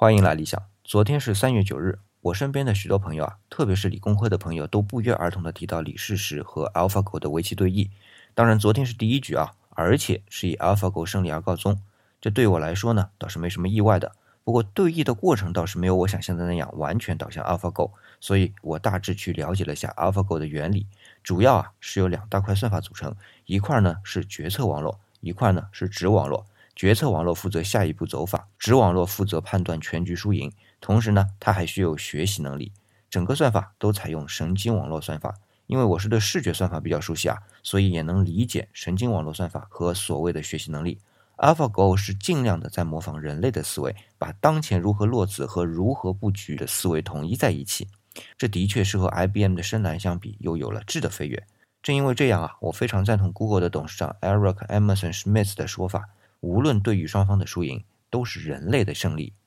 欢迎来理想。昨天是3月9日，我身边的许多朋友特别是理工科的朋友都不约而同地提到李世石和 AlphaGo 的围棋对弈。当然昨天是第一局而且是以 AlphaGo 胜利而告终。这对我来说呢，倒是没什么意外的。不过对弈的过程倒是没有我想象的那样完全导向 AlphaGo， 所以我大致去了解了一下 AlphaGo 的原理。主要是由2大块算法组成，一块呢是决策网络，一块呢是值网络。决策网络负责下一步走法，值网络负责判断全局输赢，同时呢，它还需要学习能力。整个算法都采用神经网络算法，因为我是对视觉算法比较熟悉所以也能理解神经网络算法和所谓的学习能力。AlphaGo 是尽量的在模仿人类的思维，把当前如何落子和如何布局的思维统一在一起。这的确是和 IBM 的深蓝相比又有了质的飞跃。正因为这样我非常赞同 Google 的董事长 Eric Emerson Schmidt 的说法，无论对于双方的输赢，都是人类的胜利。